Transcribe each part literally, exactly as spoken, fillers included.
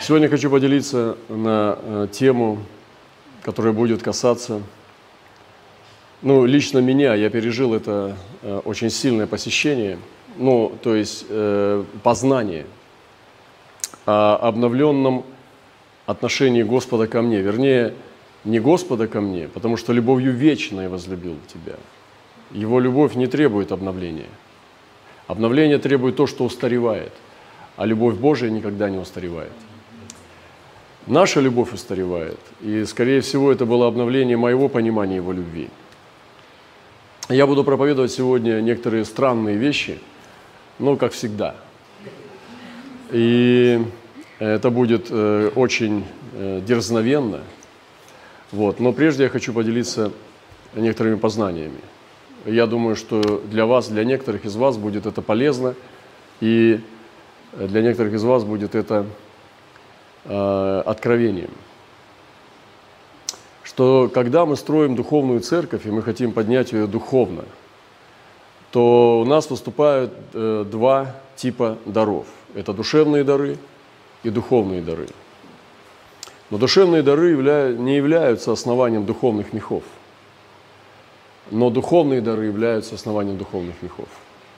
Сегодня хочу поделиться на тему, которая будет касаться, ну, лично меня, я пережил это очень сильное посещение, ну, то есть э, познание о обновленном отношении Господа ко мне, вернее, не Господа ко мне, потому что любовью вечной возлюбил тебя. Его любовь не требует обновления. Обновление требует то, что устаревает, а любовь Божия никогда не устаревает. Наша любовь устаревает, и, скорее всего, это было обновление моего понимания Его любви. Я буду проповедовать сегодня некоторые странные вещи, но как всегда. И это будет э, очень э, дерзновенно. Вот. Но прежде я хочу поделиться некоторыми познаниями. Я думаю, что для вас, для некоторых из вас будет это полезно, и для некоторых из вас будет это э, откровением. Что когда мы строим духовную церковь, и мы хотим поднять ее духовно, то у нас выступают э, два типа даров. Это душевные дары и духовные дары. Но душевные дары явля... не являются основанием духовных мехов, но духовные дары являются основанием духовных мехов.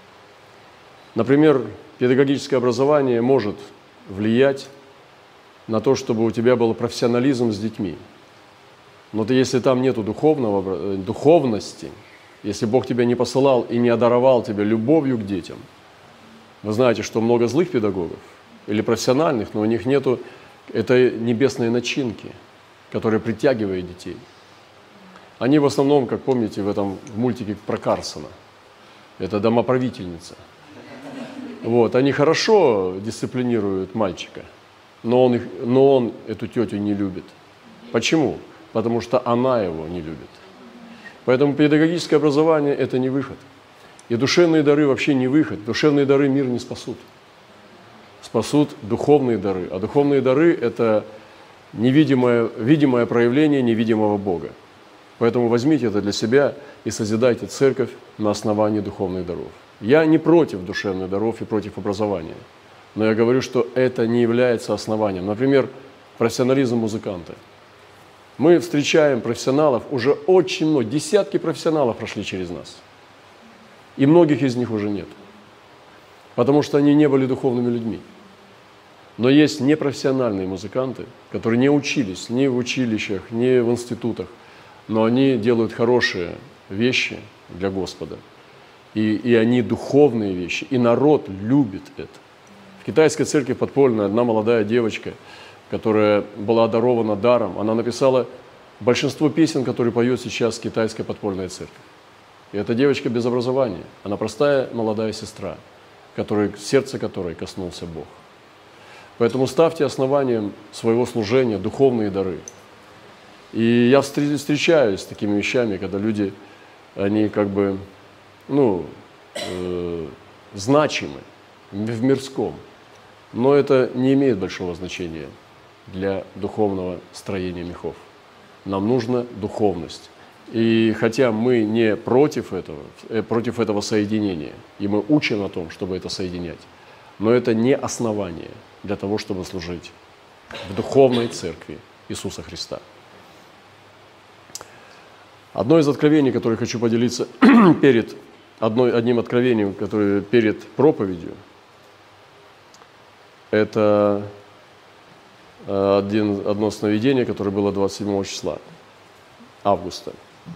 Например, педагогическое образование может влиять на то, чтобы у тебя был профессионализм с детьми. Но ты, если там нет духовного, духовности, если Бог тебя не посылал и не одаровал тебя любовью к детям, вы знаете, что много злых педагогов или профессиональных, но у них нету этой небесной начинки, которая притягивает детей. Они в основном, как помните, в этом в мультике про Карлсона, это домоправительница. Вот, они хорошо дисциплинируют мальчика, но он, их, но он эту тетю не любит. Почему? Потому что она его не любит. Поэтому педагогическое образование – это не выход. И душевные дары вообще не выход. Душевные дары мир не спасут. Спасут духовные дары. А духовные дары – это невидимое, видимое проявление невидимого Бога. Поэтому возьмите это для себя и созидайте церковь на основании духовных даров. Я не против душевных даров и против образования, но я говорю, что это не является основанием. Например, профессионализм музыканта. Мы встречаем профессионалов, уже очень много, десятки профессионалов прошли через нас. И многих из них уже нет, потому что они не были духовными людьми. Но есть непрофессиональные музыканты, которые не учились ни в училищах, ни в институтах, но они делают хорошие вещи для Господа. И, и они духовные вещи, и народ любит это. В китайской церкви подпольной одна молодая девочка, которая была одарована даром, она написала большинство песен, которые поет сейчас китайская подпольная церковь. И эта девочка без образования, она простая молодая сестра, которой, сердце которой коснулся Бог. Поэтому ставьте основанием своего служения духовные дары. И я встречаюсь с такими вещами, когда люди, они как бы, ну, э, значимы в мирском, но это не имеет большого значения для духовного строения мехов. Нам нужна духовность. И хотя мы не против этого, против этого соединения, и мы учим о том, чтобы это соединять, но это не основание для того, чтобы служить в духовной церкви Иисуса Христа. Одно из откровений, которое хочу поделиться перед одной, одним откровением, которое перед проповедью, это один, одно сновидение, которое было двадцать седьмого числа августа,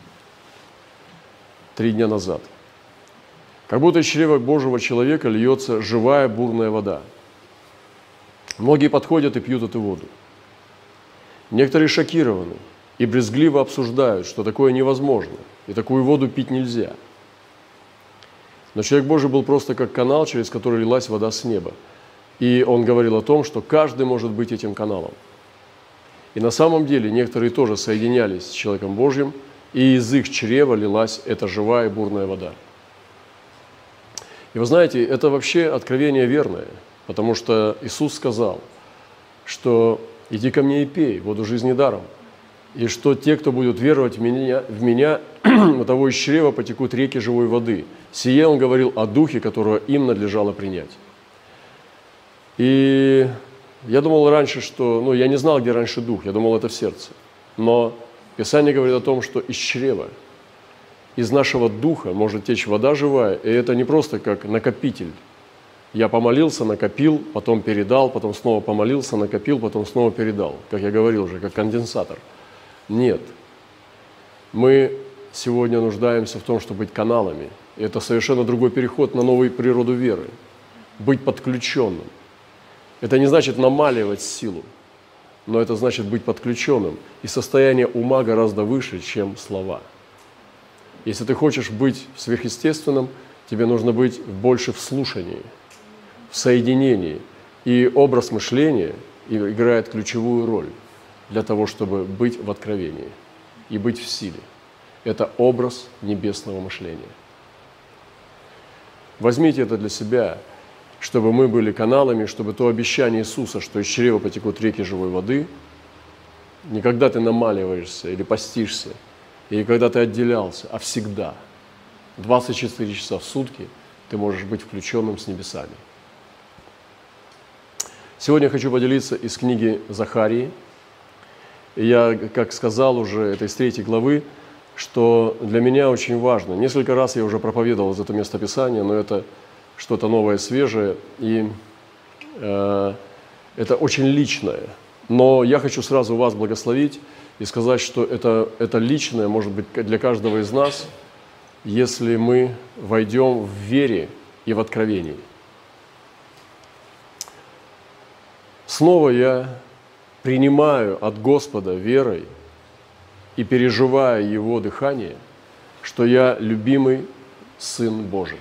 три дня назад. Как будто из чрева Божьего человека льется живая бурная вода. Многие подходят и пьют эту воду. Некоторые шокированы и брезгливо обсуждают, что такое невозможно, и такую воду пить нельзя. Но человек Божий был просто как канал, через который лилась вода с неба. И он говорил о том, что каждый может быть этим каналом. И на самом деле некоторые тоже соединялись с человеком Божьим, и из их чрева лилась эта живая бурная вода. И вы знаете, это вообще откровение верное, потому что Иисус сказал, что «иди ко мне и пей воду жизни даром», и что те, кто будут веровать в меня, в меня у того из чрева потекут реки живой воды. Сие он говорил о духе, которого им надлежало принять. И Я думал раньше, что, ну, я не знал, где раньше дух, я думал, это в сердце. Но Писание говорит о том, что из чрева, из нашего духа может течь вода живая, и это не просто как накопитель. Я помолился, накопил, потом передал, потом снова помолился, накопил, потом снова передал. Как я говорил уже, как конденсатор. Нет. Мы сегодня нуждаемся в том, чтобы быть каналами. И это совершенно другой переход на новую природу веры. Быть подключенным. Это не значит намаливать силу, но это значит быть подключенным. И состояние ума гораздо выше, чем слова. Если ты хочешь быть сверхъестественным, тебе нужно быть больше в слушании, в соединении. И образ мышления играет ключевую роль для того, чтобы быть в откровении и быть в силе. Это образ небесного мышления. Возьмите это для себя, чтобы мы были каналами, чтобы то обещание Иисуса, что из чрева потекут реки живой воды, не когда ты намаливаешься или постишься, или когда ты отделялся, а всегда, двадцать четыре часа в сутки ты можешь быть включенным с небесами. Сегодня я хочу поделиться из книги Захарии. Я, как сказал уже, это из третьей главы, что для меня очень важно. Несколько раз я уже проповедовал из этого местописания, но это что-то новое, свежее, и э, это очень личное. Но я хочу сразу вас благословить и сказать, что это, это личное может быть для каждого из нас, если мы войдем в вере и в откровении. Снова я принимаю от Господа верой и переживая Его дыхание, что я любимый Сын Божий.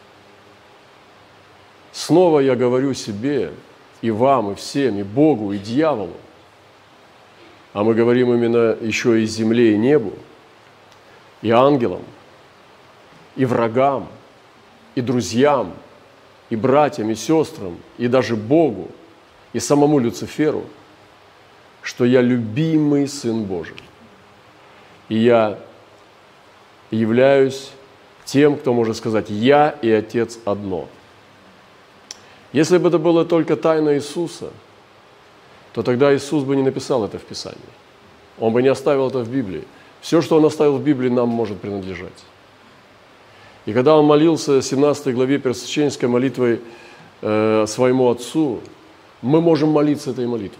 Снова я говорю себе, и вам, и всем, и Богу, и дьяволу, а мы говорим именно еще и земле, и небу, и ангелам, и врагам, и друзьям, и братьям, и сестрам, и даже Богу, и самому Люциферу, что я любимый Сын Божий. И я являюсь тем, кто может сказать «Я и Отец одно». Если бы это было только тайна Иисуса, то тогда Иисус бы не написал это в Писании. Он бы не оставил это в Библии. Все, что Он оставил в Библии, нам может принадлежать. И когда Он молился в семнадцатой главе первосвященнической молитвой э, своему Отцу, мы можем молиться этой молитвой.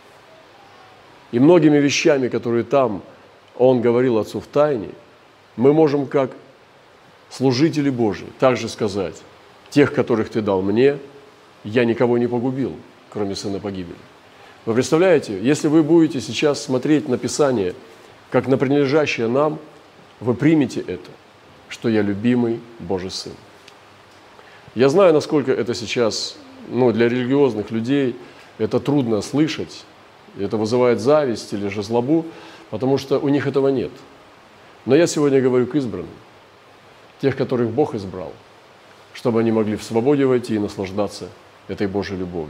И многими вещами, которые там Он говорил Отцу в тайне, мы можем как служители Божьи также сказать: «Тех, которых Ты дал мне, я никого не погубил, кроме сына погибели». Вы представляете, если вы будете сейчас смотреть на Писание, как на принадлежащее нам, вы примете это, что я любимый Божий Сын. Я знаю, насколько это сейчас, ну, для религиозных людей это трудно слышать, это вызывает зависть или же злобу, потому что у них этого нет. Но я сегодня говорю к избранным, тех, которых Бог избрал, чтобы они могли в свободе войти и наслаждаться этой Божьей любовью.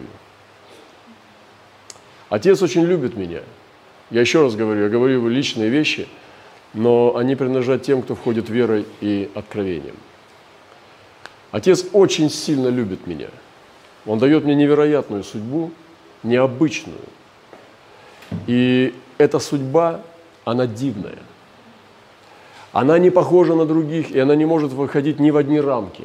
Отец очень любит меня. Я еще раз говорю, я говорю личные вещи, но они принадлежат тем, кто входит верой и откровением. Отец очень сильно любит меня. Он дает мне невероятную судьбу, необычную. И эта судьба, она дивная. Она не похожа на других, и она не может выходить ни в одни рамки.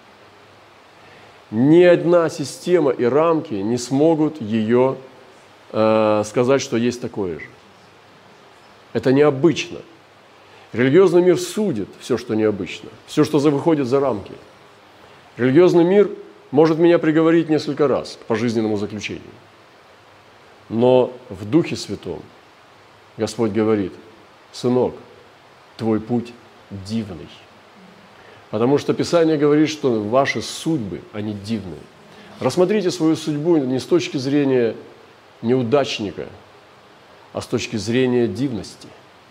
Ни одна система и рамки не смогут ее э, сказать, что есть такое же. Это необычно. Религиозный мир судит все, что необычно, все, что выходит за рамки. Религиозный мир может меня приговорить несколько раз к пожизненному заключению. Но в Духе Святом Господь говорит: «Сынок, твой путь дивный». Потому что Писание говорит, что ваши судьбы, они дивные. Рассмотрите свою судьбу не с точки зрения неудачника, а с точки зрения дивности.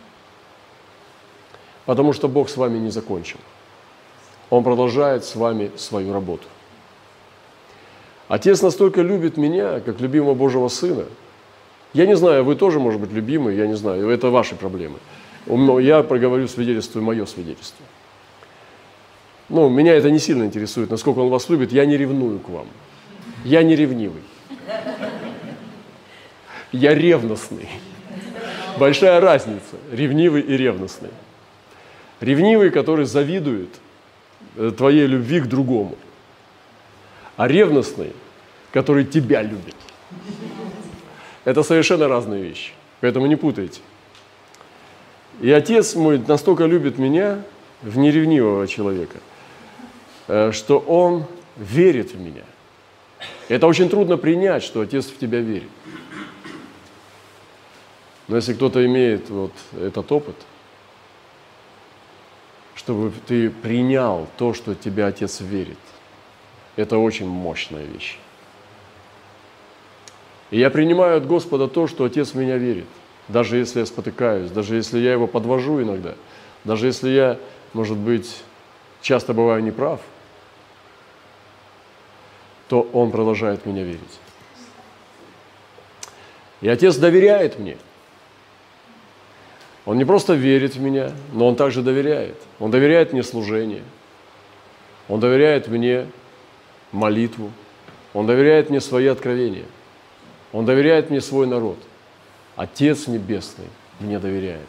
Потому что Бог с вами не закончил. Он продолжает с вами свою работу. Отец настолько любит меня, как любимого Божьего Сына. Я не знаю, вы тоже, может быть, любимый, я не знаю, это ваши проблемы. Я проговорю свидетельство, мое свидетельство. Ну, меня это не сильно интересует, насколько Он вас любит. Я не ревную к вам. Я не ревнивый. Я ревностный. Большая разница. Ревнивый и ревностный. Ревнивый, который завидует твоей любви к другому. А ревностный, который тебя любит. Это совершенно разные вещи. Поэтому не путайте. И Отец мой настолько любит меня, в неревнивого человека, что Он верит в меня. Это очень трудно принять, что Отец в тебя верит. Но если кто-то имеет вот этот опыт, чтобы ты принял то, что тебя Отец верит, это очень мощная вещь. И я принимаю от Господа то, что Отец в меня верит. Даже если я спотыкаюсь, даже если я Его подвожу иногда, даже если я, может быть, часто бываю неправ, то Он продолжает меня верить. И Отец доверяет мне. Он не просто верит в меня, но Он также доверяет. Он доверяет мне служение. Он доверяет мне молитву. Он доверяет мне свои откровения. Он доверяет мне свой народ. Отец Небесный мне доверяет.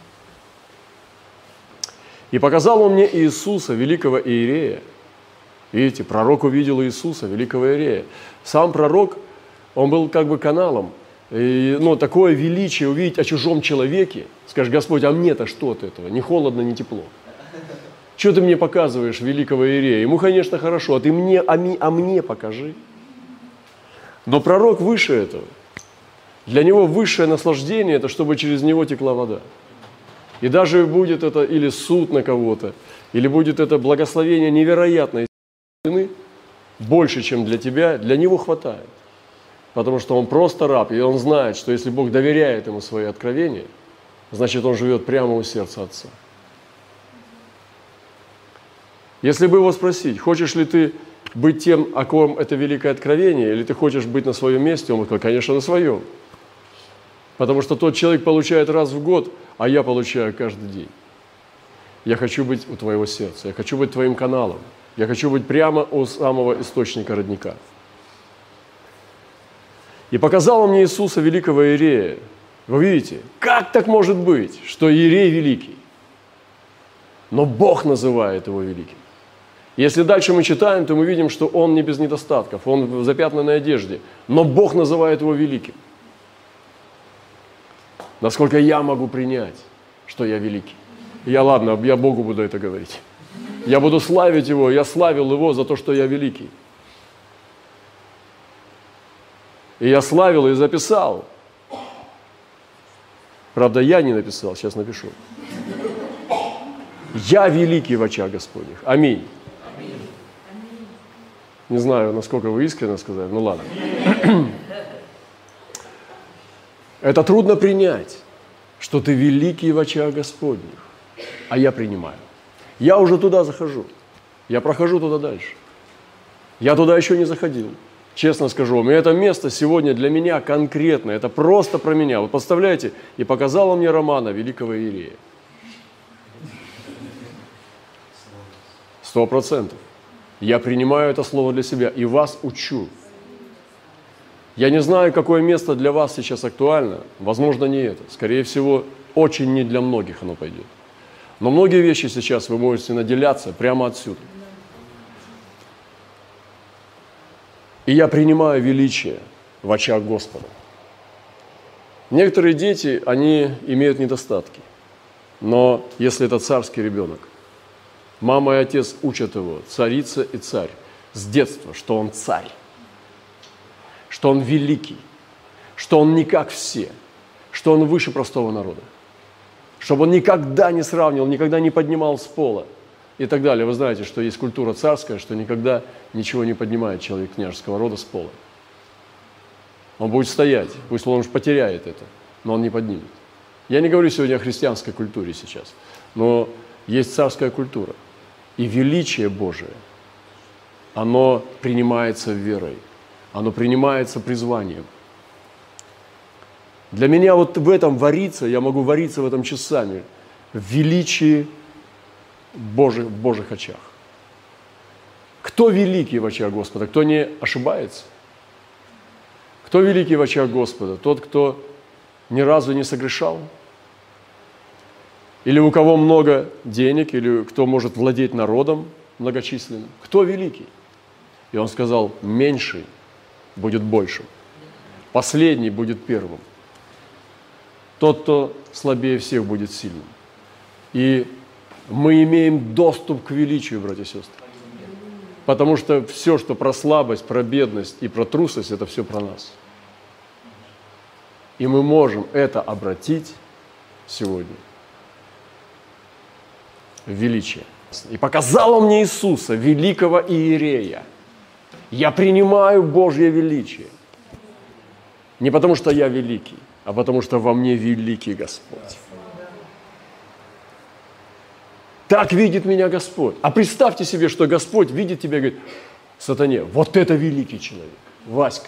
И показал Он мне Иисуса, великого Иерея. Видите, пророк увидел Иисуса, великого Иерея. Сам пророк, он был как бы каналом. И, ну, такое величие увидеть о чужом человеке. Скажешь: Господь, а мне-то что от этого? Ни холодно, ни тепло. Что ты мне показываешь, великого Иерея? Ему, конечно, хорошо, а ты мне, а, ми, а мне покажи. Но пророк выше этого. Для него высшее наслаждение – это чтобы через него текла вода. И даже будет это или суд на кого-то, или будет это благословение невероятной цены, больше, чем для тебя, для него хватает. Потому что он просто раб, и он знает, что если Бог доверяет ему свои откровения, значит, он живет прямо у сердца Отца. Если бы его спросить: хочешь ли ты быть тем, о ком это великое откровение, или ты хочешь быть на своем месте, он бы сказал: конечно, на своем. Потому что тот человек получает раз в год, а я получаю каждый день. Я хочу быть у твоего сердца, я хочу быть твоим каналом, я хочу быть прямо у самого источника родника. И показал Он мне Иисуса, великого Иерея. Вы видите, как так может быть, что Иерей великий, но Бог называет его великим? Если дальше мы читаем, то мы видим, что он не без недостатков, он в запятнанной одежде, но Бог называет его великим. Насколько я могу принять, что я великий? Я, ладно, я Богу буду это говорить. Я буду славить Его, я славил Его за то, что я великий. И я славил и записал. Правда, я не написал, сейчас напишу. Я великий в очах Господних. Аминь. Не знаю, насколько вы искренне сказали, ну ладно. Это трудно принять, что ты великий в очах Господних, а я принимаю. Я уже туда захожу, я прохожу туда дальше. Я туда еще не заходил, честно скажу вам. И это место сегодня для меня конкретно, это просто про меня. Вот представляете, и показал он мне Романа, великого Иерея. Сто процентов. Я принимаю это слово для себя и вас учу. Я не знаю, какое место для вас сейчас актуально. Возможно, не это. Скорее всего, очень не для многих оно пойдет. Но многие вещи сейчас вы можете наделяться прямо отсюда. И я принимаю величие в очах Господа. Некоторые дети, они имеют недостатки. Но если это царский ребенок, мама и отец учат его, царица и царь, с детства, что он царь, что он великий, что он не как все, что он выше простого народа, чтобы он никогда не сравнивал, никогда не поднимал с пола и так далее. Вы знаете, что есть культура царская, что никогда ничего не поднимает человек княжеского рода с пола. Он будет стоять, пусть он уж потеряет это, но он не поднимет. Я не говорю сегодня о христианской культуре сейчас, но есть царская культура. И величие Божие, оно принимается верой, оно принимается призванием. Для меня вот в этом вариться, я могу вариться в этом часами, в величии Божьих, в Божьих очах. Кто великий в очах Господа? Кто не ошибается? Кто великий в очах Господа? Тот, кто ни разу не согрешал? Или у кого много денег, или кто может владеть народом многочисленным? Кто великий? И он сказал, меньший будет большим, последний будет первым. Тот, кто слабее всех, будет сильным. И мы имеем доступ к величию, братья и сестры. Потому что все, что про слабость, про бедность и про трусость, это все про нас. И мы можем это обратить сегодня в величие. И показал он мне Иисуса, великого Иерея. Я принимаю Божье величие. Не потому, что я великий, а потому, что во мне великий Господь. Так видит меня Господь. А представьте себе, что Господь видит тебя и говорит, сатане, вот это великий человек, Васька.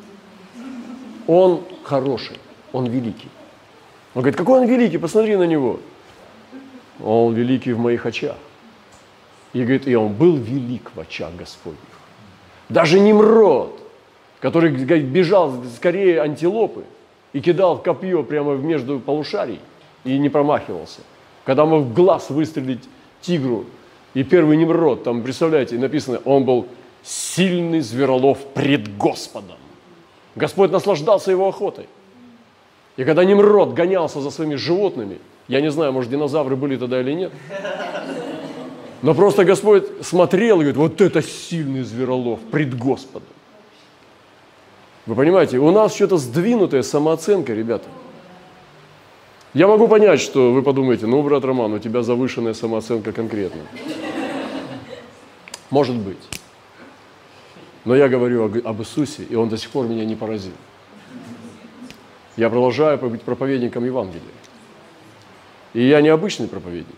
Он хороший, он великий. Он говорит, какой он великий, посмотри на него. Он великий в моих очах. И говорит, и он был велик в очах Господних. Даже Nimrod, который бежал скорее антилопы и кидал копье прямо между полушарий и не промахивался. Когда мог в глаз выстрелить тигру, и первый Nimrod, там, представляете, написано, он был сильный зверолов пред Господом. Господь наслаждался его охотой. И когда Nimrod гонялся за своими животными, я не знаю, может, динозавры были тогда или нет, но просто Господь смотрел и говорит, вот это сильный зверолов пред Господом. Вы понимаете, у нас что-то сдвинутая самооценка, ребята. Я могу понять, что вы подумаете, ну, брат Роман, у тебя завышенная самооценка конкретно. Может быть. Но я говорю об Иисусе, и Он до сих пор меня не поразил. Я продолжаю быть проповедником Евангелия. И я не обычный проповедник.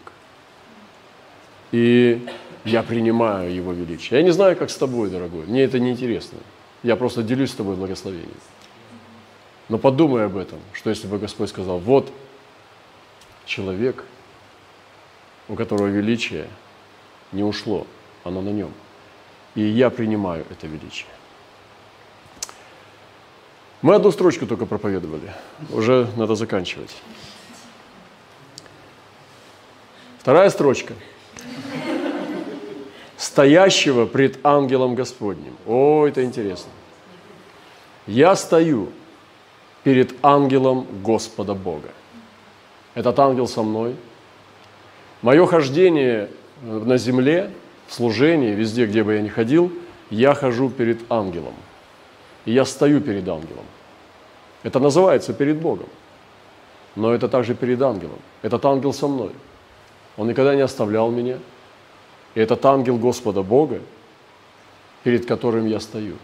И я принимаю Его величие. Я не знаю, как с тобой, дорогой. Мне это не интересно. Я просто делюсь с тобой благословением. Но подумай об этом, что если бы Господь сказал, вот человек, у которого величие не ушло, оно на нем. И я принимаю это величие. Мы одну строчку только проповедовали. Уже надо заканчивать. Вторая строчка. Стоящего пред ангелом Господним. О, это интересно. Я стою перед ангелом Господа Бога. Этот ангел со мной. Мое хождение на земле, в служении, везде, где бы я ни ходил, я хожу перед ангелом. И я стою перед ангелом. Это называется перед Богом. Но это также перед ангелом. Этот ангел со мной. Он никогда не оставлял меня. И этот ангел Господа Бога, перед которым я стою.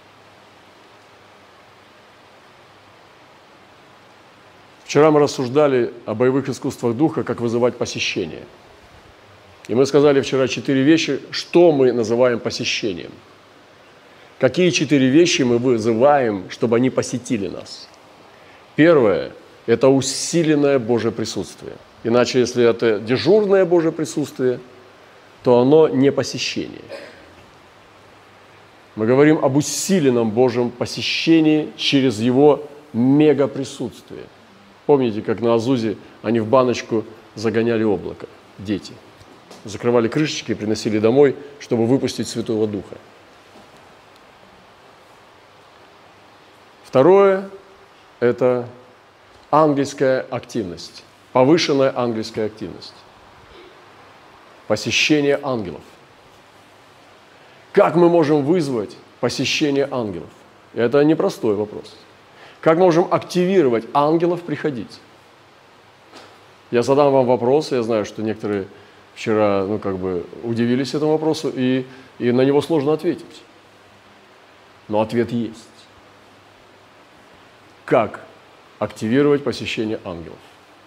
Вчера мы рассуждали о боевых искусствах духа, как вызывать посещение. И мы сказали вчера четыре вещи, что мы называем посещением. Какие четыре вещи мы вызываем, чтобы они посетили нас? Первое – это усиленное Божье присутствие. Иначе, если это дежурное Божье присутствие, то оно не посещение. Мы говорим об усиленном Божьем посещении через Его мегаприсутствие. Помните, как на Азузе они в баночку загоняли облако, дети. Закрывали крышечки и приносили домой, чтобы выпустить Святого Духа. Второе – это ангельская активность, повышенная ангельская активность. Посещение ангелов. Как мы можем вызвать посещение ангелов? Это непростой вопрос. Как можем активировать ангелов приходить? Я задам вам вопрос, я знаю, что некоторые вчера ну, как бы удивились этому вопросу, и, и на него сложно ответить. Но ответ есть. Как активировать посещение ангелов?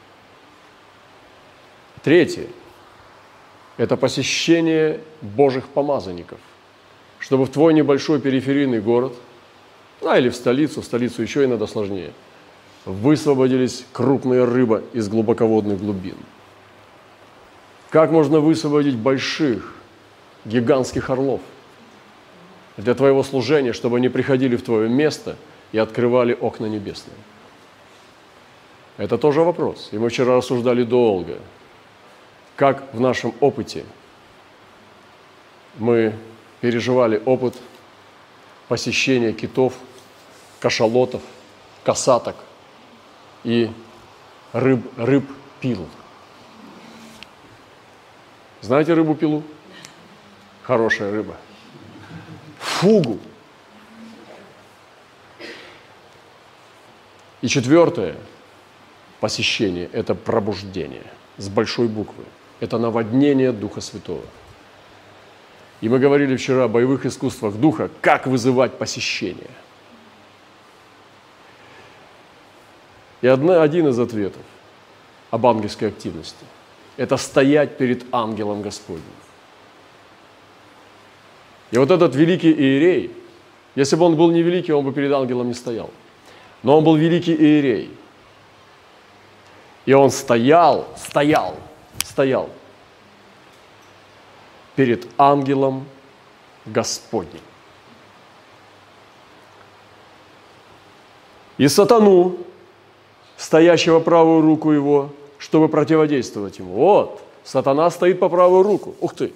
Третье. Это посещение Божьих помазанников, чтобы в твой небольшой периферийный город, ну или в столицу, в столицу еще иногда сложнее, высвободились крупные рыбы из глубоководных глубин. Как можно высвободить больших, гигантских орлов для твоего служения, чтобы они приходили в твое место и открывали окна небесные? Это тоже вопрос. И мы вчера рассуждали долго, как в нашем опыте мы переживали опыт посещения китов, кашалотов, касаток и рыб, рыб-пил. Знаете рыбу-пилу? Хорошая рыба. Фугу. И четвертое посещение – это пробуждение с большой буквы. Это наводнение Духа Святого. И мы говорили вчера о боевых искусствах Духа, как вызывать посещение. И одна, один из ответов об ангельской активности – это стоять перед ангелом Господним. И вот этот великий иерей, если бы он был не великий, он бы перед ангелом не стоял. Но он был великий иерей. И он стоял, стоял, стоял перед ангелом Господним. И сатану, стоящего по правую руку его, чтобы противодействовать ему. Вот, сатана стоит по правую руку. Ух ты!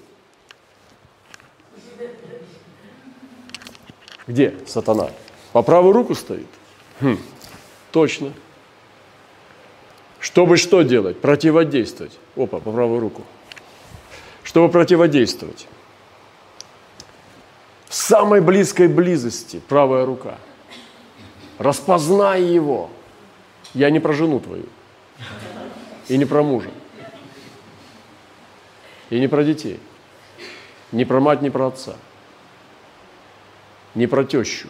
Где сатана? По правую руку стоит? Хм, точно. Чтобы что делать? Противодействовать. Опа, по правую руку. Чтобы противодействовать. В самой близкой близости правая рука. Распознай его. Я не про жену твою. И не про мужа. И не про детей. Не про мать, не про отца. Не про тещу.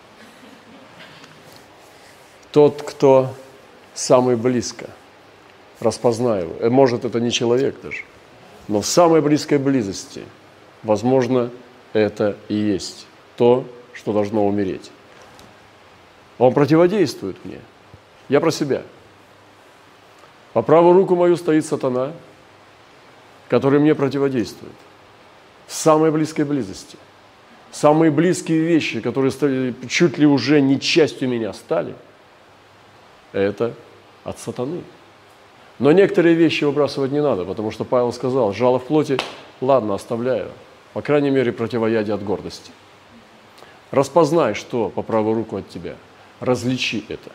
Тот, кто самый близко, распознай его. Может, это не человек даже, но в самой близкой близости, возможно, это и есть то, что должно умереть. Он противодействует мне. Я про себя. По правую руку мою стоит сатана, который мне противодействует. В самой близкой близости. Самые близкие вещи, которые стали, чуть ли уже не частью меня стали, это от сатаны. Но некоторые вещи выбрасывать не надо, потому что Павел сказал, жало в плоти, ладно, оставляю. По крайней мере, противоядие от гордости. Распознай, что по правую руку от тебя. Различи это.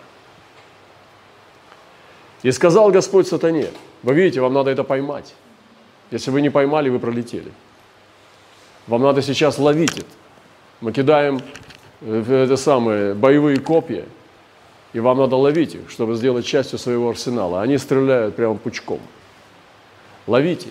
И сказал Господь сатане, вы видите, вам надо это поймать. Если вы не поймали, вы пролетели. Вам надо сейчас ловить это. Мы кидаем это самые боевые копья, и вам надо ловить их, чтобы сделать частью своего арсенала. Они стреляют прямо пучком. Ловите.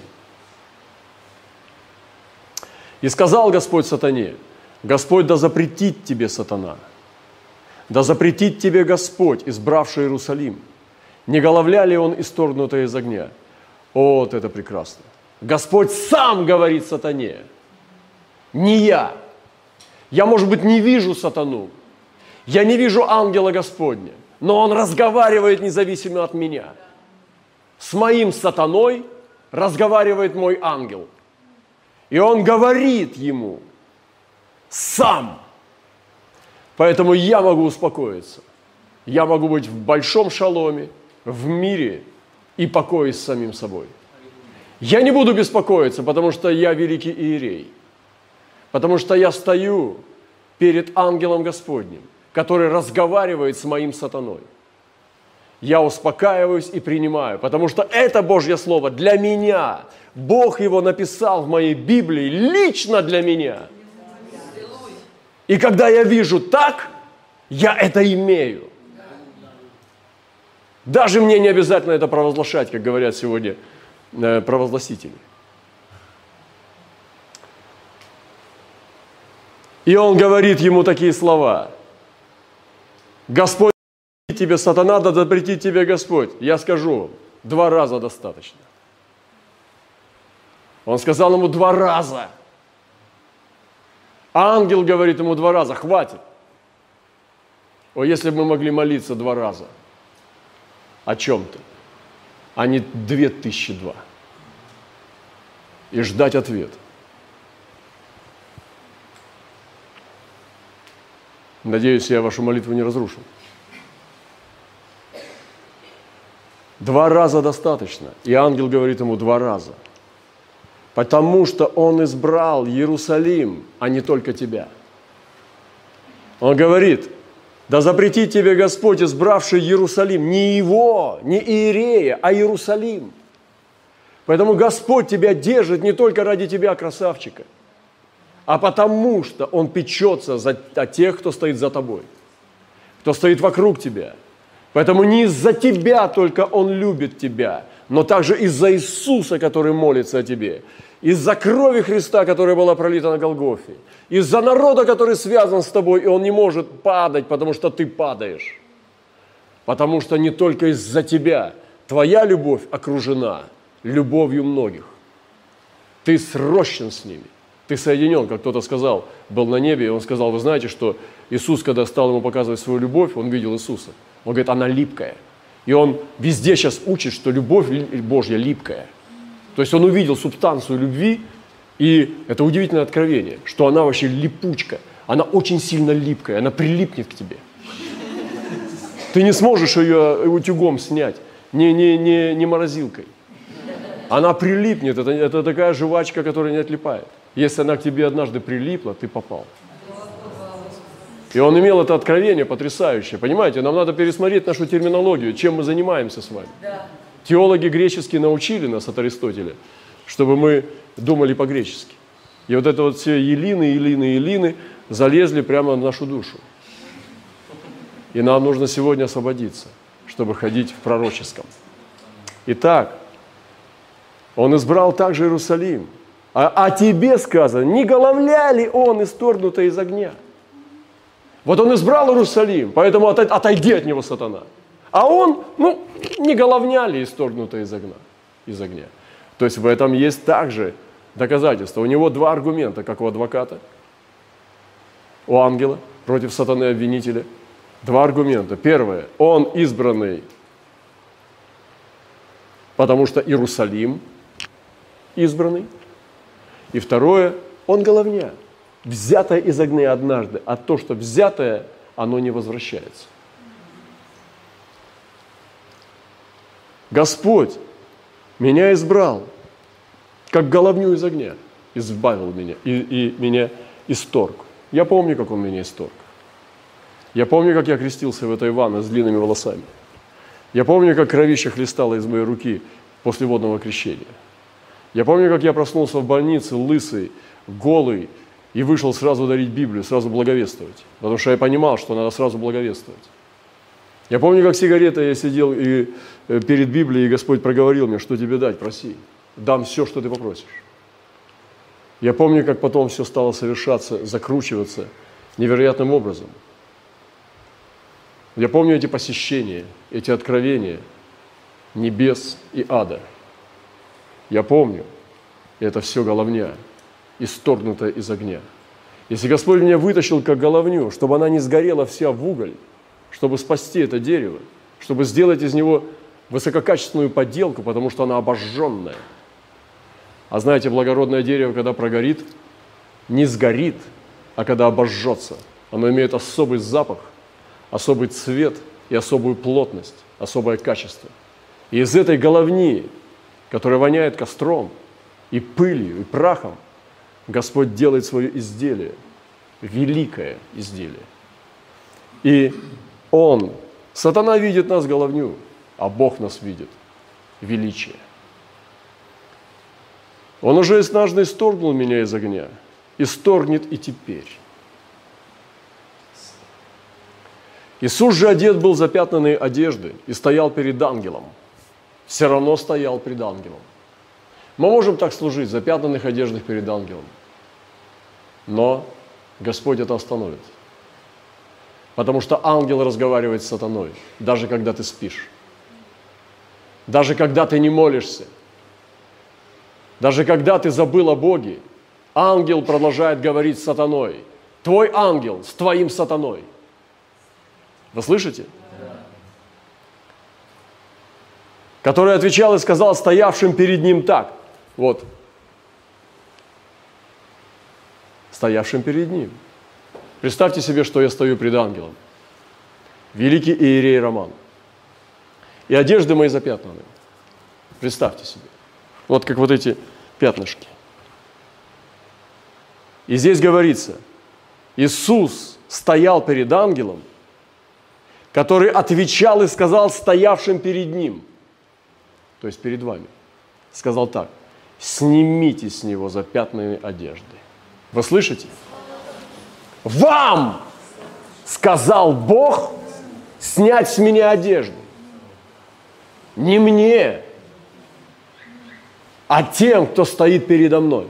И сказал Господь сатане, Господь да запретит тебе, сатана, да запретит тебе Господь, избравший Иерусалим. Не головля ли он исторгнутая из огня? Вот это прекрасно. Господь сам говорит сатане, не я. Я, может быть, не вижу сатану, я не вижу ангела Господня, но он разговаривает независимо от меня. С моим сатаной разговаривает мой ангел. И он говорит ему сам. Поэтому я могу успокоиться. Я могу быть в большом шаломе, в мире и покое с самим собой. Я не буду беспокоиться, потому что я великий иерей. Потому что я стою перед ангелом Господним, который разговаривает с моим сатаной. Я успокаиваюсь и принимаю, потому что это Божье Слово для меня. Бог его написал в моей Библии лично для меня. И когда я вижу так, я это имею. Даже мне не обязательно это провозглашать, как говорят сегодня э, провозгласители. И он говорит ему такие слова. Господь запретит тебе, сатана, да запретит тебе Господь. Я скажу вам, два раза достаточно. Он сказал ему два раза. Ангел говорит ему два раза, хватит. О, если бы мы могли молиться два раза о чем-то, а не две тысячи два. И ждать ответ. Надеюсь, я вашу молитву не разрушил. Два раза достаточно. И ангел говорит ему два раза. Потому что он избрал Иерусалим, а не только тебя. Он говорит: да запретит тебе Господь, избравший Иерусалим, не его, не Иерея, а Иерусалим. Поэтому Господь тебя держит не только ради тебя, красавчика, а потому что Он печется за, о тех, кто стоит за тобой, кто стоит вокруг тебя. Поэтому не из-за тебя только Он любит тебя, но также из-за Иисуса, который молится о тебе, из-за крови Христа, которая была пролита на Голгофе, из-за народа, который связан с тобой, и он не может падать, потому что ты падаешь. Потому что не только из-за тебя твоя любовь окружена любовью многих. Ты срощен с ними, ты соединен, как кто-то сказал, был на небе, и он сказал: вы знаете, что Иисус, когда стал ему показывать свою любовь, он видел Иисуса. Он говорит: она липкая. И он везде сейчас учит, что любовь Божья липкая. То есть он увидел субстанцию любви, и это удивительное откровение, что она вообще липучка, она очень сильно липкая, она прилипнет к тебе. Ты не сможешь ее утюгом снять, не, не, не, не морозилкой. Она прилипнет, это, это такая жвачка, которая не отлипает. Если она к тебе однажды прилипла, ты попал. И он имел это откровение потрясающее. Понимаете, нам надо пересмотреть нашу терминологию, чем мы занимаемся с вами. Да. Теологи греческие научили нас от Аристотеля, чтобы мы думали по-гречески. И вот это вот все елины, елины, елины залезли прямо в нашу душу. И нам нужно сегодня освободиться, чтобы ходить в пророческом. Итак, он избрал также Иерусалим. А, а тебе сказано: не головля ли он, исторгнутый из огня? Вот он избрал Иерусалим, поэтому отойди от него, сатана. А он, ну, не головня ли, исторгнутая из огня, из огня. То есть в этом есть также доказательство. У него два аргумента, как у адвоката, у ангела против сатаны-обвинителя. Два аргумента. Первое: он избранный, потому что Иерусалим избранный. И второе: он головня, взятое из огня однажды, а то, что взятое, оно не возвращается. Господь меня избрал, как головню из огня, избавил меня и, и меня исторг. Я помню, как Он меня исторг. Я помню, как я крестился в этой ванне с длинными волосами. Я помню, как кровище хлестало из моей руки после водного крещения. Я помню, как я проснулся в больнице, лысый, голый, и вышел сразу дарить Библию, сразу благовествовать. Потому что я понимал, что надо сразу благовествовать. Я помню, как сигарета я сидел и, э, перед Библией, и Господь проговорил мне: что тебе дать, проси. Дам все, что ты попросишь. Я помню, как потом все стало совершаться, закручиваться невероятным образом. Я помню эти посещения, эти откровения небес и ада. Я помню, это все головня, исторгнутая из огня. Если Господь меня вытащил как головню, чтобы она не сгорела вся в уголь, чтобы спасти это дерево, чтобы сделать из него высококачественную подделку, потому что она обожженная. А знаете, благородное дерево, когда прогорит, не сгорит, а когда обожжется. Оно имеет особый запах, особый цвет и особую плотность, особое качество. И из этой головни, которая воняет костром и пылью, и прахом, Господь делает свое изделие, великое изделие. И Он, сатана видит нас головню, а Бог нас видит величие. Он уже однажды исторгнул меня из огня, исторгнет и теперь. Иисус же одет был запятнанной одежды и стоял перед ангелом. Все равно стоял перед ангелом. Мы можем так служить, в запятнанных одеждах перед ангелом. Но Господь это остановит. Потому что ангел разговаривает с сатаной, даже когда ты спишь. Даже когда ты не молишься. Даже когда ты забыл о Боге, ангел продолжает говорить с сатаной. Твой ангел с твоим сатаной. Вы слышите? Который отвечал и сказал стоявшим перед ним так. Вот. Стоявшим перед ним. Представьте себе, что я стою пред ангелом, великий иерей Роман, и одежды мои запятнаны. Представьте себе. Вот как вот эти пятнышки. И здесь говорится, Иисус стоял перед ангелом, который отвечал и сказал стоявшим перед ним, то есть перед вами, сказал так: снимите с него запятнанные одежды. Вы слышите? Вам сказал Бог снять с меня одежду. Не мне, а тем, кто стоит передо мной.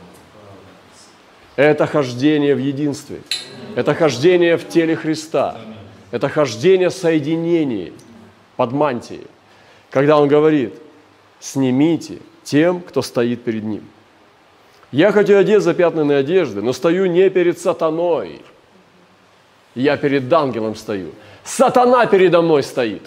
Это хождение в единстве. Это хождение в теле Христа. Это хождение соединения под мантией. Когда Он говорит: снимите тем, кто стоит перед Ним. Я хоть одет запятнанные одежды, но стою не перед сатаной. Я перед ангелом стою. Сатана передо мной стоит.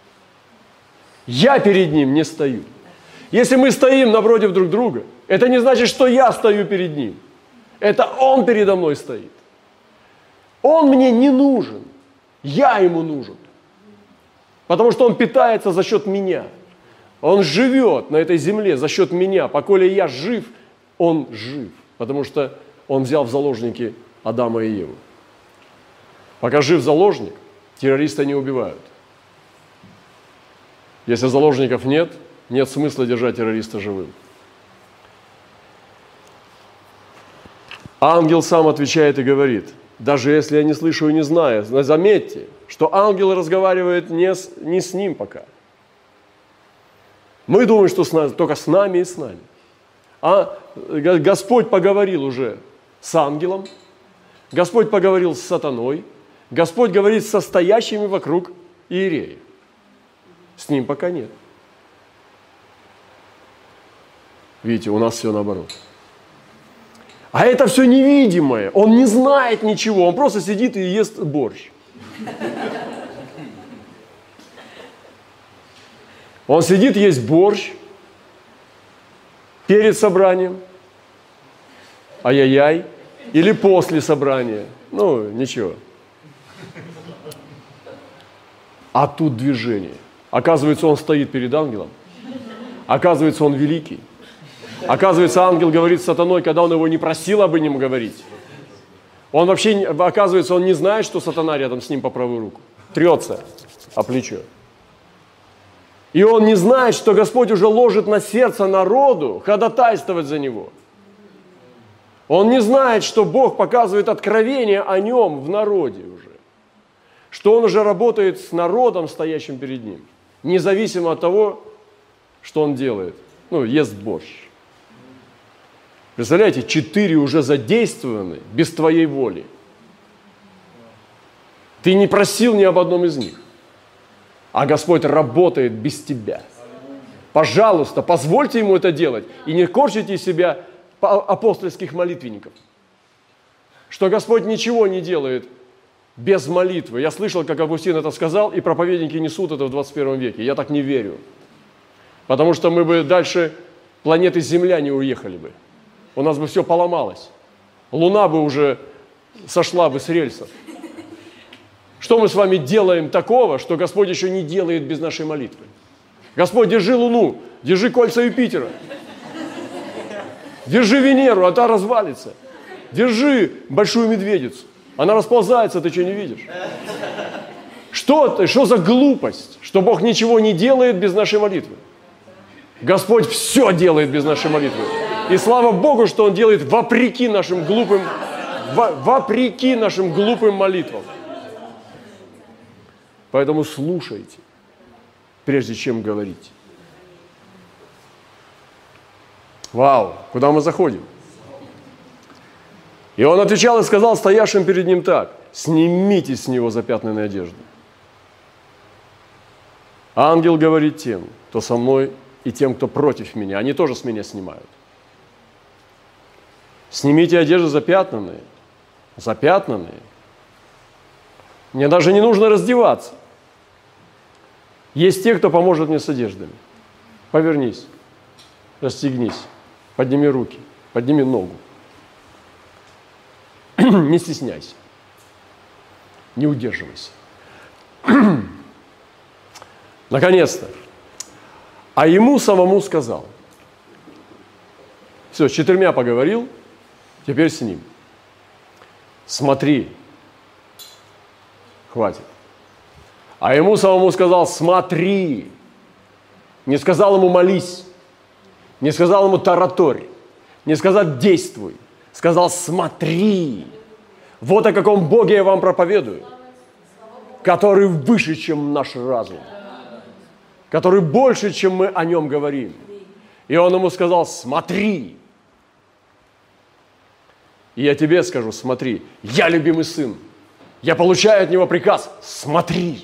Я перед ним не стою. Если мы стоим напротив друг друга, это не значит, что я стою перед ним. Это он передо мной стоит. Он мне не нужен. Я ему нужен. Потому что он питается за счет меня. Он живет на этой земле за счет меня. Поколе я жив, он жив. Потому что он взял в заложники Адама и Еву. Пока жив заложник, террориста не убивают. Если заложников нет, нет смысла держать террориста живым. Ангел сам отвечает и говорит: даже если я не слышу и не знаю, заметьте, что ангел разговаривает не с, не с ним пока. Мы думаем, что с нами, только с нами и с нами. А Господь поговорил уже с ангелом, Господь поговорил с сатаной, Господь говорит со стоящими вокруг иереев. С ним пока нет. Видите, у нас все наоборот. А это все невидимое. Он не знает ничего. Он просто сидит и ест борщ. Он сидит, ест борщ перед собранием. Ай-яй-яй. Или после собрания. Ну, ничего. А тут движение. Оказывается, он стоит перед ангелом. Оказывается, он великий. Оказывается, ангел говорит с сатаной, когда он его не просил об нем говорить. Он вообще, оказывается, он не знает, что сатана рядом с ним по правую руку. Трется о плечо. И он не знает, что Господь уже ложит на сердце народу ходатайствовать за него. Он не знает, что Бог показывает откровение о нем в народе уже. Что он уже работает с народом, стоящим перед ним. Независимо от того, что он делает. Ну, ест борщ. Представляете, четыре уже задействованы без твоей воли. Ты не просил ни об одном из них. А Господь работает без тебя. Пожалуйста, позвольте Ему это делать. И не корчите из себя апостольских молитвенников. Что Господь ничего не делает без молитвы. Я слышал, как Августин это сказал, и проповедники несут это в двадцать первом веке. Я так не верю. Потому что мы бы дальше планеты Земля не уехали бы. У нас бы все поломалось. Луна бы уже сошла бы с рельсов. Что мы с вами делаем такого, что Господь еще не делает без нашей молитвы? Господь, держи Луну, держи кольца Юпитера. Держи Венеру, а та развалится. Держи большую медведицу. Она расползается, ты что, не видишь? Что ты, что за глупость, что Бог ничего не делает без нашей молитвы? Господь все делает без нашей молитвы. И слава Богу, что Он делает вопреки нашим глупым, вопреки нашим глупым молитвам. Поэтому слушайте, прежде чем говорить. Вау, куда мы заходим? И он отвечал и сказал стоявшим перед ним так: снимите с него запятнанные одежды. Ангел говорит тем, кто со мной, и тем, кто против меня. Они тоже с меня снимают. Снимите одежды запятнанные. Запятнанные. Мне даже не нужно раздеваться. Есть те, кто поможет мне с одеждами. Повернись, расстегнись, подними руки, подними ногу. Не стесняйся. Не удерживайся. Наконец-то. А ему самому сказал. Все, с четырьмя поговорил, теперь с ним. Смотри. Хватит. А ему самому сказал, смотри. Не сказал ему молись. Не сказал ему тараторь. Не сказал действуй. Сказал смотри. Вот о каком Боге я вам проповедую. Который выше, чем наш разум. Который больше, чем мы о нем говорим. И он ему сказал, смотри. И я тебе скажу, смотри, я любимый сын. Я получаю от него приказ, смотри.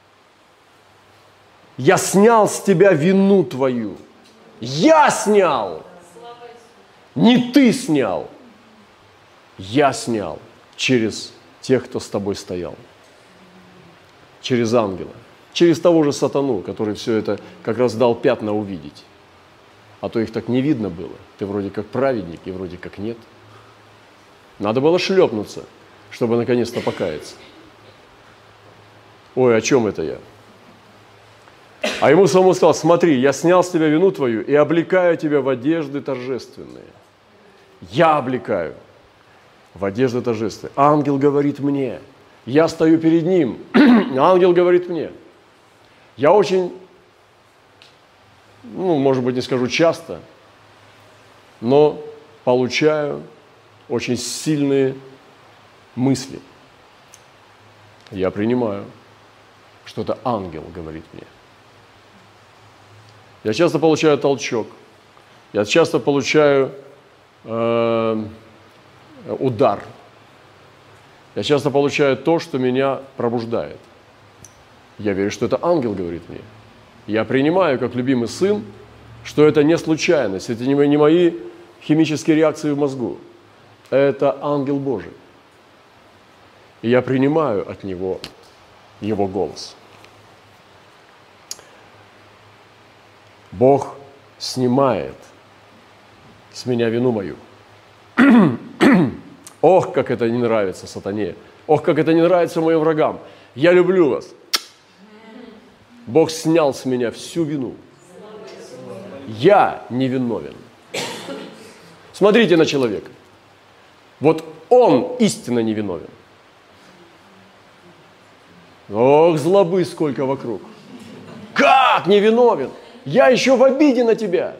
Я снял с тебя вину твою. Я снял. Не ты снял. Я снял через тех, кто с тобой стоял. Через ангела. Через того же сатану, который все это как раз дал пятна увидеть. А то их так не видно было. Ты вроде как праведник, и вроде как нет. Надо было шлепнуться, чтобы наконец-то покаяться. Ой, о чем это я? А ему самому сказал, смотри, я снял с тебя вину твою и облекаю тебя в одежды торжественные. Я облекаю в одежды торжественные. Ангел говорит мне, я стою перед ним, ангел говорит мне. Я очень, ну, может быть, не скажу часто, но получаю очень сильные мысли. Я принимаю, что это ангел говорит мне. Я часто получаю толчок, я часто получаю э, удар, я часто получаю то, что меня пробуждает. Я верю, что это ангел говорит мне. Я принимаю, как любимый сын, что это не случайность, это не мои химические реакции в мозгу. Это ангел Божий. И я принимаю от него его голос. Бог снимает с меня вину мою. Ох, как это не нравится сатане. Ох, как это не нравится моим врагам. Я люблю вас. Бог снял с меня всю вину. Я невиновен. Смотрите на человека. Вот он истинно невиновен. Ох, злобы сколько вокруг. Как невиновен? Я еще в обиде на тебя.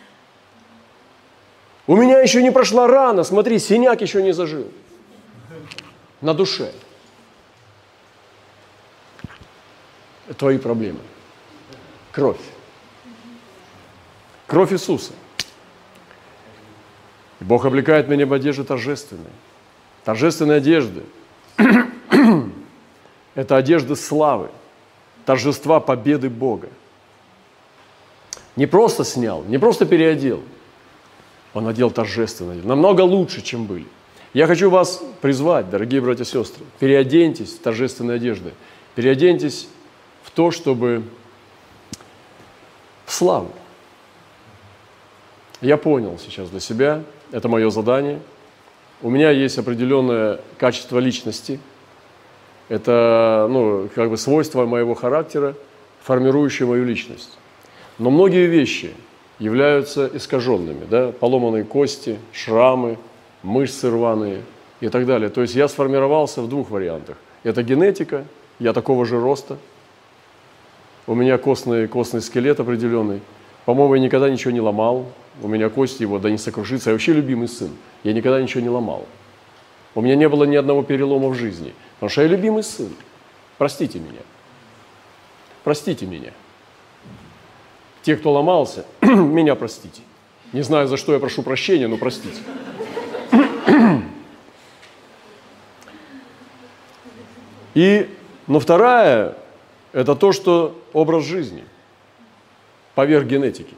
У меня еще не прошла рана, смотри, синяк еще не зажил. На душе. Твои проблемы. Кровь. Кровь Иисуса. И Бог облекает меня в одежды торжественные. Торжественные одежды. Это одежды славы, торжества победы Бога. Не просто снял, не просто переодел. Он одел торжественно, намного лучше, чем были. Я хочу вас призвать, дорогие братья и сестры, переоденьтесь в торжественные одежды, переоденьтесь в то, чтобы в славу. Я понял сейчас для себя, это мое задание. У меня есть определенное качество личности. Это, ну, как бы свойство моего характера, формирующее мою личность. Но многие вещи являются искаженными, да? Поломанные кости, шрамы, мышцы рваные и так далее. То есть я сформировался в двух вариантах. Это генетика, я такого же роста, у меня костный, костный скелет определенный. По-моему, я никогда ничего не ломал, у меня кости его, да не сокрушится. Я вообще любимый сын, я никогда ничего не ломал. У меня не было ни одного перелома в жизни, потому что я любимый сын. Простите меня. Простите меня. Те, кто ломался, меня простите. Не знаю, за что я прошу прощения, но простите. И, но вторая, это то, что образ жизни поверх генетики.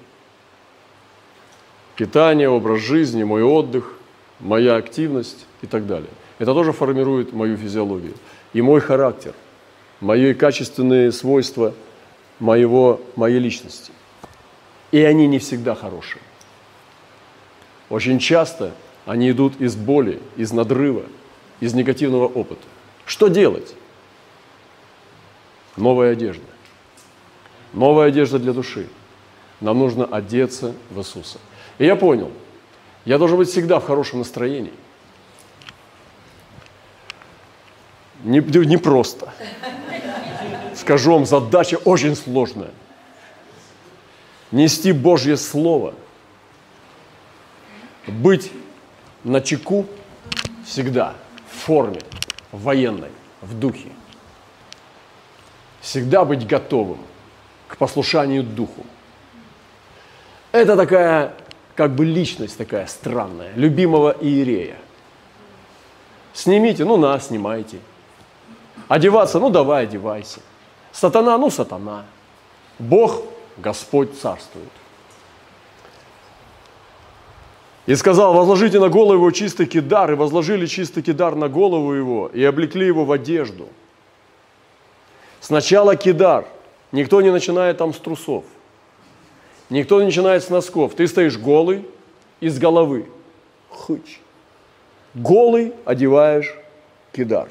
Питание, образ жизни, мой отдых, моя активность и так далее. Это тоже формирует мою физиологию. И мой характер, мои качественные свойства моего, моей личности. И они не всегда хорошие. Очень часто они идут из боли, из надрыва, из негативного опыта. Что делать? Новая одежда. Новая одежда для души. Нам нужно одеться в Иисуса. И я понял, я должен быть всегда в хорошем настроении. Не, не просто. Скажу вам, задача очень сложная. Нести Божье Слово, быть начеку всегда, в форме, в военной, в духе. Всегда быть готовым к послушанию Духу. Это такая, как бы личность такая странная, любимого иерея. Снимите, ну на, снимайте. Одеваться, ну давай, одевайся. Сатана, ну сатана. Бог, Господь царствует. И сказал: возложите на голову его чистый кидар, и возложили чистый кидар на голову его, и облекли его в одежду. Сначала кидар. Никто не начинает там с трусов. Никто не начинает с носков. Ты стоишь голый, из головы. Хыч. Голый одеваешь кидар.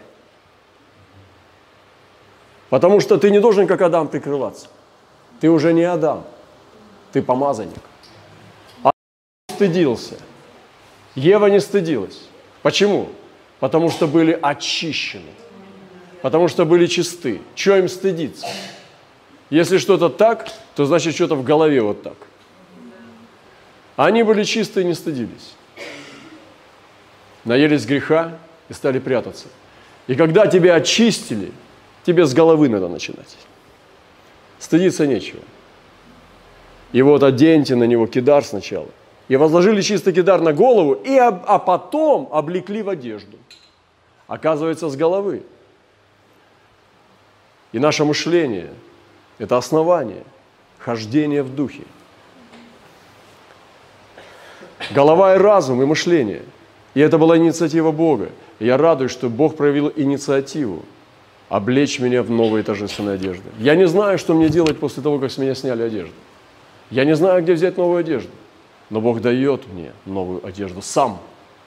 Потому что ты не должен, как Адам, прикрываться. Ты уже не Адам. Ты помазанник. Адам стыдился. Ева не стыдилась. Почему? Потому что были очищены. Потому что были чисты. Чего им стыдиться? Если что-то так, то значит что-то в голове вот так. Они были чисты и не стыдились. Наелись греха и стали прятаться. И когда тебя очистили, тебе с головы надо начинать. Стыдиться нечего. И вот оденьте на него кидар сначала. И возложили чистый кидар на голову, и, а потом облекли в одежду. Оказывается, с головы. И наше мышление – это основание хождения в духе. Голова и разум, и мышление. И это была инициатива Бога. И я радуюсь, что Бог проявил инициативу облечь меня в новые торжественные одежды. Я не знаю, что мне делать после того, как с меня сняли одежду. Я не знаю, где взять новую одежду. Но Бог дает мне новую одежду сам.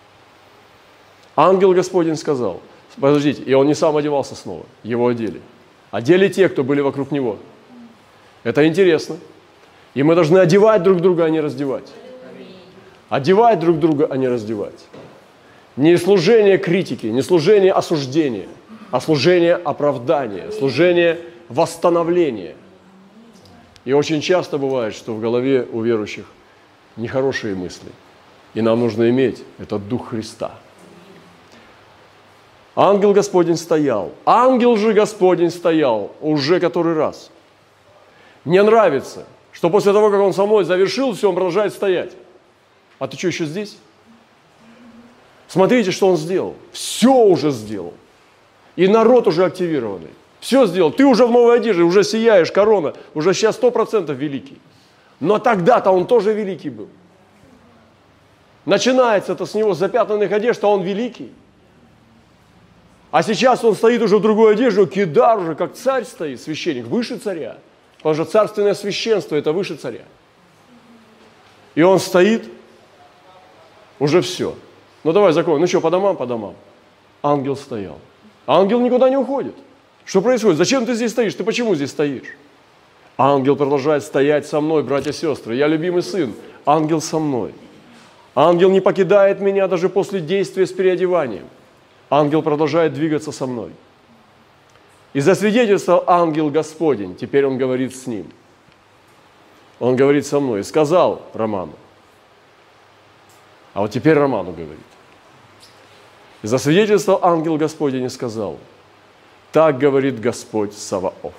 Ангел Господень сказал: подождите, и он не сам одевался снова, его одели. Одели те, кто были вокруг него. Это интересно. И мы должны одевать друг друга, а не раздевать. Одевать друг друга, а не раздевать. Не служение критики, не служение осуждения, а служение оправдания, служение восстановления. И очень часто бывает, что в голове у верующих нехорошие мысли. И нам нужно иметь этот Дух Христа. Ангел Господень стоял. Ангел же Господень стоял уже который раз. Мне нравится, что после того, как он со мной завершил все, он продолжает стоять. А ты что, еще здесь? Смотрите, что он сделал. Все уже сделал. И народ уже активированный. Все сделал. Ты уже в новой одежде, уже сияешь, корона. Уже сейчас сто процентов великий. Но тогда-то он тоже великий был. Начинается это с него, с запятнанных одежд, а он великий. А сейчас он стоит уже в другой одежде, кидар уже, как царь стоит, священник, выше царя. Потому что царственное священство – это выше царя. И он стоит, уже все. Ну давай закроем. Ну что, по домам, по домам. Ангел стоял. Ангел никуда не уходит. Что происходит? Зачем ты здесь стоишь? Ты почему здесь стоишь? Ангел продолжает стоять со мной, братья и сестры. Я любимый сын. Ангел со мной. Ангел не покидает меня даже после действия с переодеванием. Ангел продолжает двигаться со мной. И засвидетельствовал ангел Господень. Теперь он говорит с ним. Он говорит со мной. И сказал Роману. А вот теперь Роману говорит. И засвидетельствовал ангел Господень и сказал: так говорит Господь Саваоф.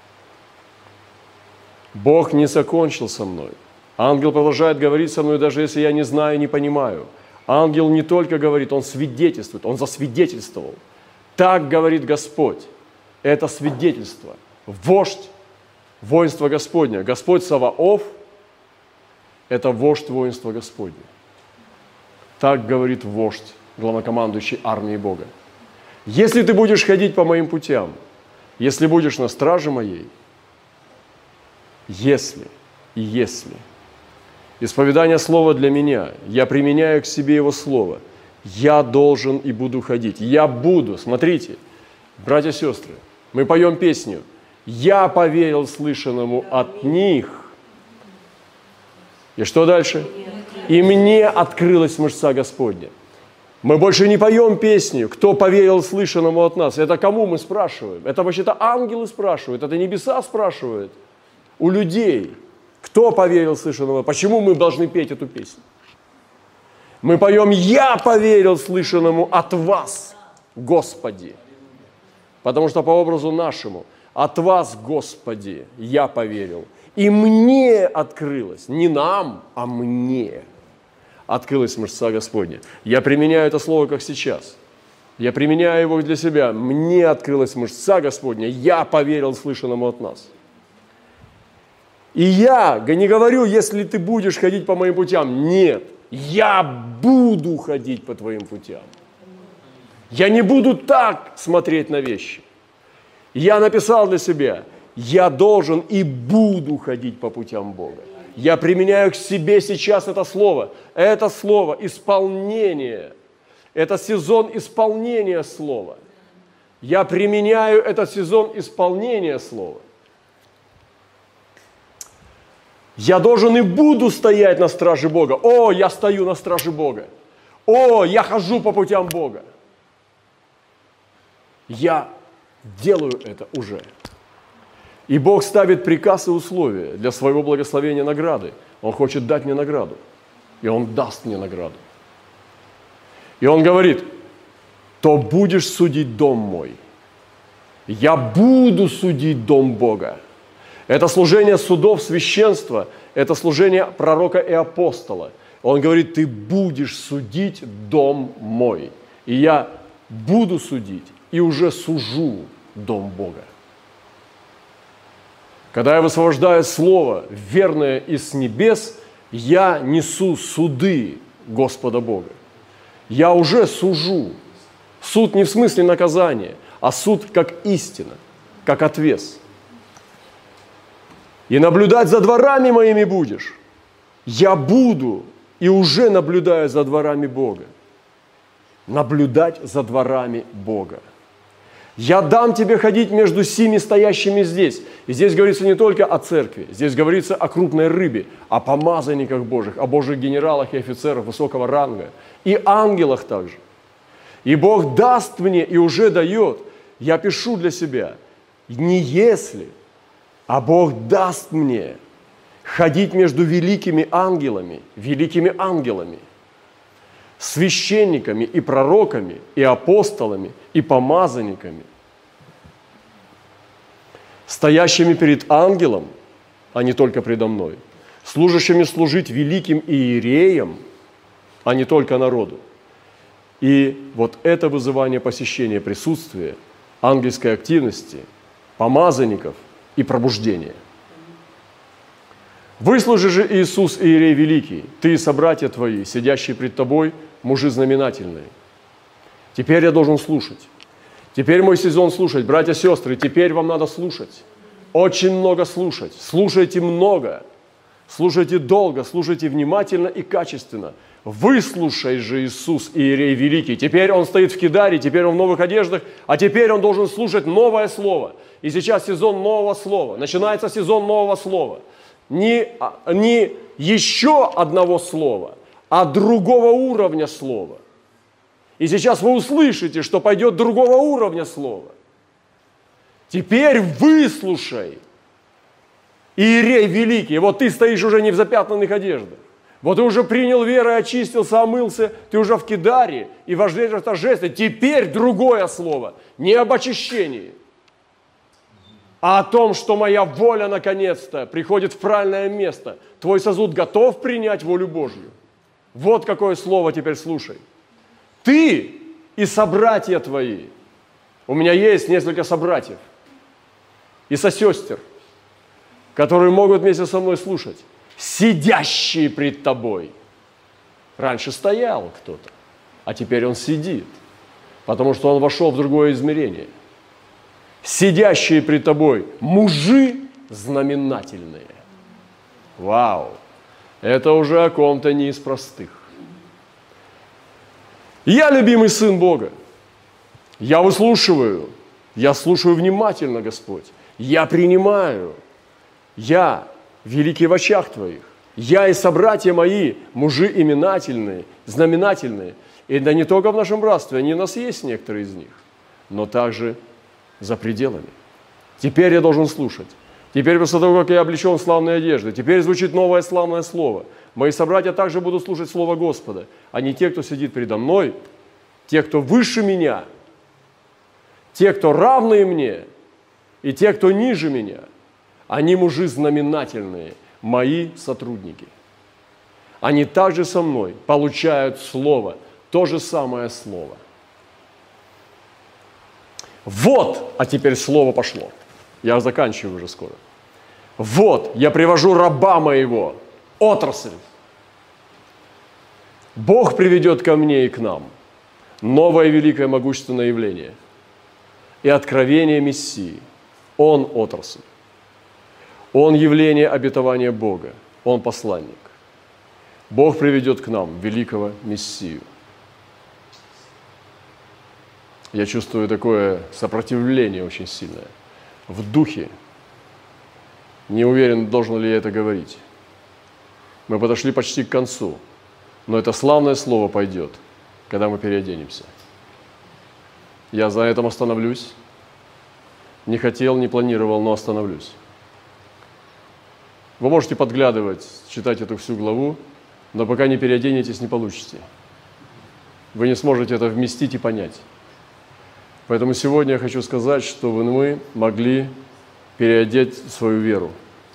Бог не закончил со мной. Ангел продолжает говорить со мной, даже если я не знаю, не понимаю. Ангел не только говорит, он свидетельствует, он засвидетельствовал. Так говорит Господь. Это свидетельство. Вождь воинства Господня. Господь Саваоф – это вождь воинства Господня. Так говорит вождь, главнокомандующий армией Бога. Если ты будешь ходить по моим путям, если будешь на страже моей, если и если исповедание слова для меня, я применяю к себе его слово, я должен и буду ходить. Я буду, смотрите, братья и сестры, мы поем песню Я поверил слышанному от них. И что дальше? И мне открылась мышца Господня. Мы больше не поем песню, кто поверил слышанному от нас. Это кому мы спрашиваем? Это вообще-то ангелы спрашивают, это небеса спрашивают у людей. Кто поверил слышанному? Почему мы должны петь эту песню? Мы поем «Я поверил слышанному от вас, Господи». Потому что по образу нашему «От вас, Господи, я поверил». И мне открылось, не нам, а мне открылась мышца Господня. Я применяю это слово, как сейчас. Я применяю его для себя. Мне открылась мышца Господня, я поверил слышанному от нас. И я не говорю, если ты будешь ходить по моим путям. Нет, я буду ходить по твоим путям. Я не буду так смотреть на вещи. Я написал для себя, я должен и буду ходить по путям Бога. Я применяю к себе сейчас это слово. Это слово исполнение. Это сезон исполнения слова. Я применяю этот сезон исполнения слова. Я должен и буду стоять на страже Бога. О, я стою на страже Бога. О, я хожу по путям Бога. Я делаю это уже. И Бог ставит приказ и условия для своего благословения награды. Он хочет дать мне награду. И Он даст мне награду. И Он говорит, то будешь судить дом мой. Я буду судить дом Бога. Это служение судов, священства, это служение пророка и апостола. Он говорит, ты будешь судить дом мой. И я буду судить и уже сужу дом Бога. Когда я высвобождаю слово, верное из небес, я несу суды Господа Бога. Я уже сужу. Суд не в смысле наказания, а суд как истина, как отвес. И наблюдать за дворами моими будешь. Я буду и уже наблюдаю за дворами Бога. Наблюдать за дворами Бога. Я дам тебе ходить между сими стоящими здесь. И здесь говорится не только о церкви, здесь говорится о крупной рыбе, о помазанниках Божьих, о Божьих генералах и офицерах высокого ранга, и ангелах также. И Бог даст мне и уже дает, я пишу для себя, не если, а Бог даст мне ходить между великими ангелами, великими ангелами, священниками и пророками, и апостолами, и помазанниками, стоящими перед ангелом, а не только предо мной, служащими служить великим иереям, а не только народу. И вот это вызывание посещения присутствия, ангельской активности, помазанников и пробуждения. Выслужи же, Иисус, иерей великий, ты и собратья твои, сидящие пред тобой, мужи знаменательные. Теперь я должен слушать. Теперь мой сезон слушать. Братья, сестры, теперь вам надо слушать. Очень много слушать. Слушайте много. Слушайте долго, слушайте внимательно и качественно. Выслушай же, Иисус, иерей великий. Теперь он стоит в кидаре, теперь он в новых одеждах, а теперь он должен слушать новое слово. И сейчас сезон нового слова. Начинается сезон нового слова. Не, не еще одного слова, а другого уровня слова. И сейчас вы услышите, что пойдет другого уровня слова. Теперь выслушай, иерей великий. Вот ты стоишь уже не в запятнанных одеждах. Вот ты уже принял веру, очистился, омылся, ты уже в кидаре и вождение торжества. Теперь другое слово, не об очищении, а о том, что моя воля наконец-то приходит в правильное место. Твой сосуд готов принять волю Божью. Вот какое слово теперь слушай. Ты и собратья твои. У меня есть несколько собратьев и сосестер, которые могут вместе со мной слушать. Сидящие пред тобой. Раньше стоял кто-то, а теперь он сидит, потому что он вошел в другое измерение. Сидящие пред тобой мужи знаменательные. Вау! Это уже о ком-то не из простых. Я любимый сын Бога. Я выслушиваю. Я слушаю внимательно, Господь. Я принимаю. Я великий в очах твоих. Я и собратья мои, мужи именательные, знаменательные. И да не только в нашем братстве, они у нас есть некоторые из них, но также за пределами. Теперь я должен слушать. Теперь после того, как я облечен в славные одежды, теперь звучит новое славное слово. Мои собратья также будут слушать Слово Господа, а не те, кто сидит передо мной, те, кто выше меня, те, кто равные мне, и те, кто ниже меня. Они мужи знаменательные, мои сотрудники. Они также со мной получают слово, то же самое слово. Вот, а теперь слово пошло. Я заканчиваю уже скоро. Вот, я привожу раба моего, отрасль. Бог приведет ко мне и к нам новое великое могущественное явление и откровение Мессии. Он отрасль. Он явление обетования Бога. Он посланник. Бог приведет к нам великого Мессию. Я чувствую такое сопротивление очень сильное. В духе. Не уверен, должен ли я это говорить. Мы подошли почти к концу. Но это славное слово пойдет, когда мы переоденемся. Я за этим остановлюсь. Не хотел, не планировал, но остановлюсь. Вы можете подглядывать, читать эту всю главу, но пока не переоденетесь, не получите. Вы не сможете это вместить и понять. Поэтому сегодня я хочу сказать, чтобы мы могли переодеть свою веру.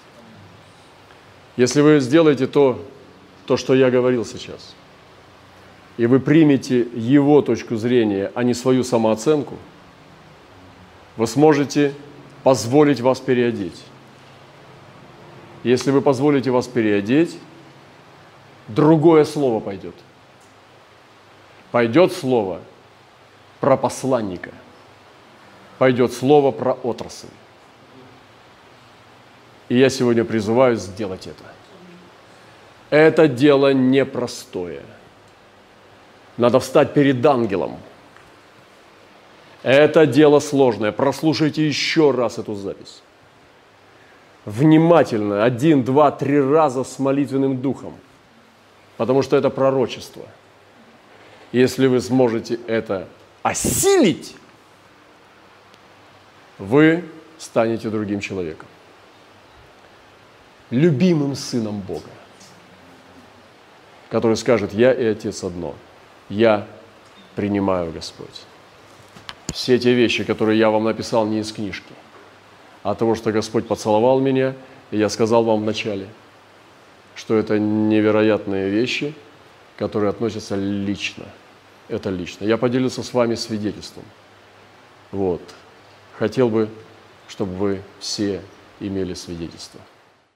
Если вы сделаете то, то, что я говорил сейчас, и вы примете его точку зрения, а не свою самооценку, вы сможете позволить вас переодеть. Если вы позволите вас переодеть, другое слово пойдет. Пойдет слово про посланника. Пойдет слово про отрасль. И я сегодня призываю сделать это. Это дело непростое. Надо встать перед ангелом. Это дело сложное. Прослушайте еще раз эту запись. Внимательно, один, два, три раза с молитвенным духом. Потому что это пророчество. Если вы сможете это осилить, вы станете другим человеком. Любимым сыном Бога, который скажет: я и Отец одно. Я принимаю, Господь. Все те вещи, которые я вам написал, не из книжки, а от того, что Господь поцеловал меня, и я сказал вам вначале, что это невероятные вещи, которые относятся лично. Это лично. Я поделился с вами свидетельством. Вот. Хотел бы, чтобы вы все имели свидетельство.